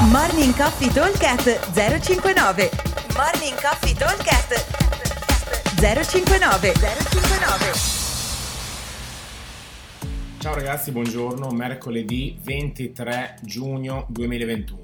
Morning Coffee Talkcast 059. Morning Coffee Talkcast 059. Ciao ragazzi, buongiorno, mercoledì 23 giugno 2021.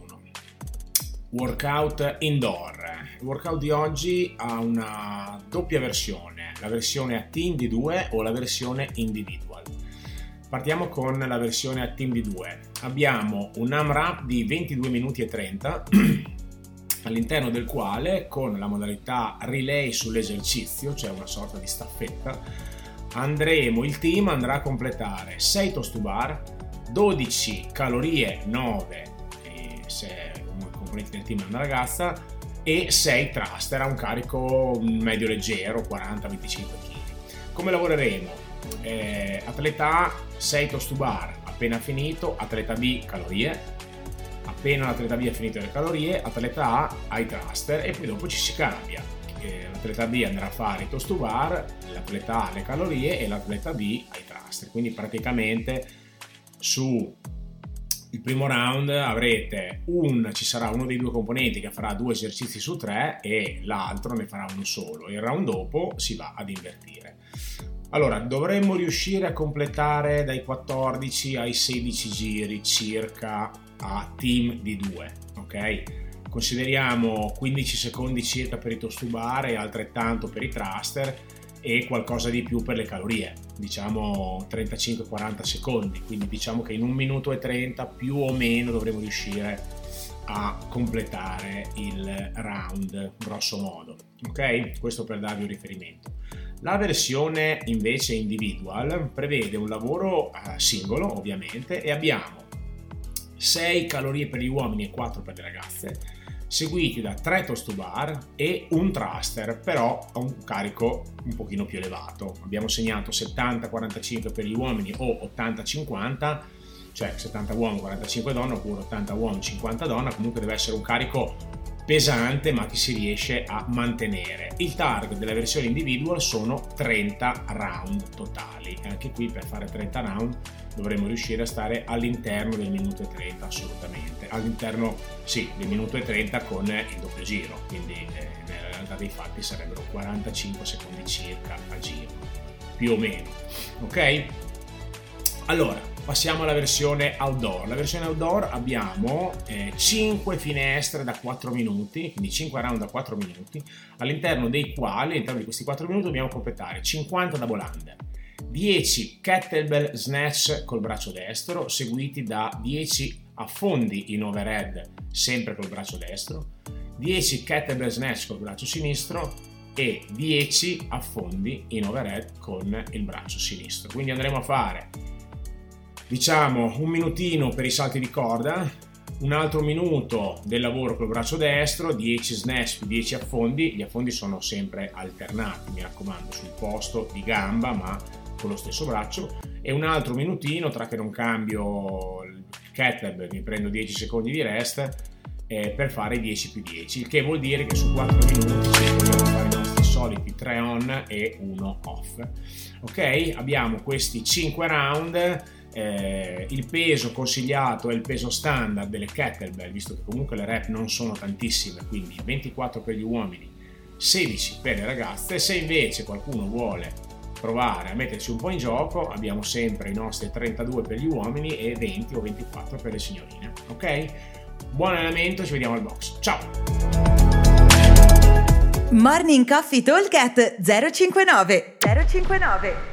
Workout indoor. Il workout di oggi ha una doppia versione, la versione a team di 2 o la versione individual. Partiamo con la versione a team di 2. Abbiamo un AMRAP di 22 minuti e 30 all'interno del quale, con la modalità relay sull'esercizio, cioè una sorta di staffetta, il team andrà a completare 6 toast to bar, 12 calorie 9 se un componente del team è una ragazza, e 6 thruster a un carico medio leggero, 40-25 kg. Come lavoreremo? Atleta A 6 toast to bar, appena finito, atleta B calorie, appena l'atleta B ha finito le calorie, atleta A ai thruster, e poi dopo ci si cambia. L'atleta B andrà a fare i toast to bar, l'atleta A le calorie e l'atleta B ai thruster. Quindi praticamente su il primo round ci sarà uno dei due componenti che farà 2 esercizi su 3 e l'altro ne farà uno solo. Il round dopo si va ad invertire. Allora, dovremmo riuscire a completare dai 14 ai 16 giri circa a team di 2, ok? Consideriamo 15 secondi circa per i toast to bar e altrettanto per i thruster e qualcosa di più per le calorie, diciamo 35-40 secondi, quindi diciamo che in 1 minuto e 30 più o meno dovremo riuscire a completare il round, grosso modo, ok? Questo per darvi un riferimento. La versione invece individual prevede un lavoro singolo, ovviamente, e abbiamo 6 calorie per gli uomini e 4 per le ragazze, seguiti da 3 toast to bar e un thruster, però a un carico un pochino più elevato. Abbiamo segnato 70-45 per gli uomini o 80-50, cioè 70 uomo, 45 donna, oppure 80 uomo, 50 donna. Comunque deve essere un carico pesante ma che si riesce a mantenere. Il target della versione individual sono 30 round totali. Anche qui, per fare 30 round dovremo riuscire a stare all'interno del minuto e 30, assolutamente all'interno, sì, del minuto e 30 con il doppio giro, quindi nella realtà dei fatti sarebbero 45 secondi circa a giro, più o meno, ok? Allora, passiamo alla versione outdoor. La versione outdoor abbiamo 5 finestre da 4 minuti, quindi 5 round da 4 minuti, all'interno dei quali, all'interno di questi 4 minuti, dobbiamo completare 50 double under, 10 kettlebell snatch col braccio destro, seguiti da 10 affondi in overhead, sempre col braccio destro, 10 kettlebell snatch col braccio sinistro e 10 affondi in overhead con il braccio sinistro. Quindi andremo a fare, diciamo, 1 minutino per i salti di corda, un altro minuto del lavoro col braccio destro, 10 snatch più 10 affondi. Gli affondi sono sempre alternati, mi raccomando, sul posto di gamba ma con lo stesso braccio, e un altro minutino, tra che non cambio il kettlebell mi prendo 10 secondi di rest per fare 10 più 10, il che vuol dire che su 4 minuti ci dobbiamo fare i nostri soliti 3 on e 1 off. Ok, abbiamo questi 5 round. Il peso consigliato è il peso standard delle kettlebell, visto che comunque le rep non sono tantissime, quindi 24 per gli uomini, 16 per le ragazze. Se invece qualcuno vuole provare a mettersi un po' in gioco, abbiamo sempre i nostri 32 per gli uomini e 20 o 24 per le signorine. Ok? Buon allenamento, ci vediamo al box. Ciao! Morning Coffee Talkcast 059.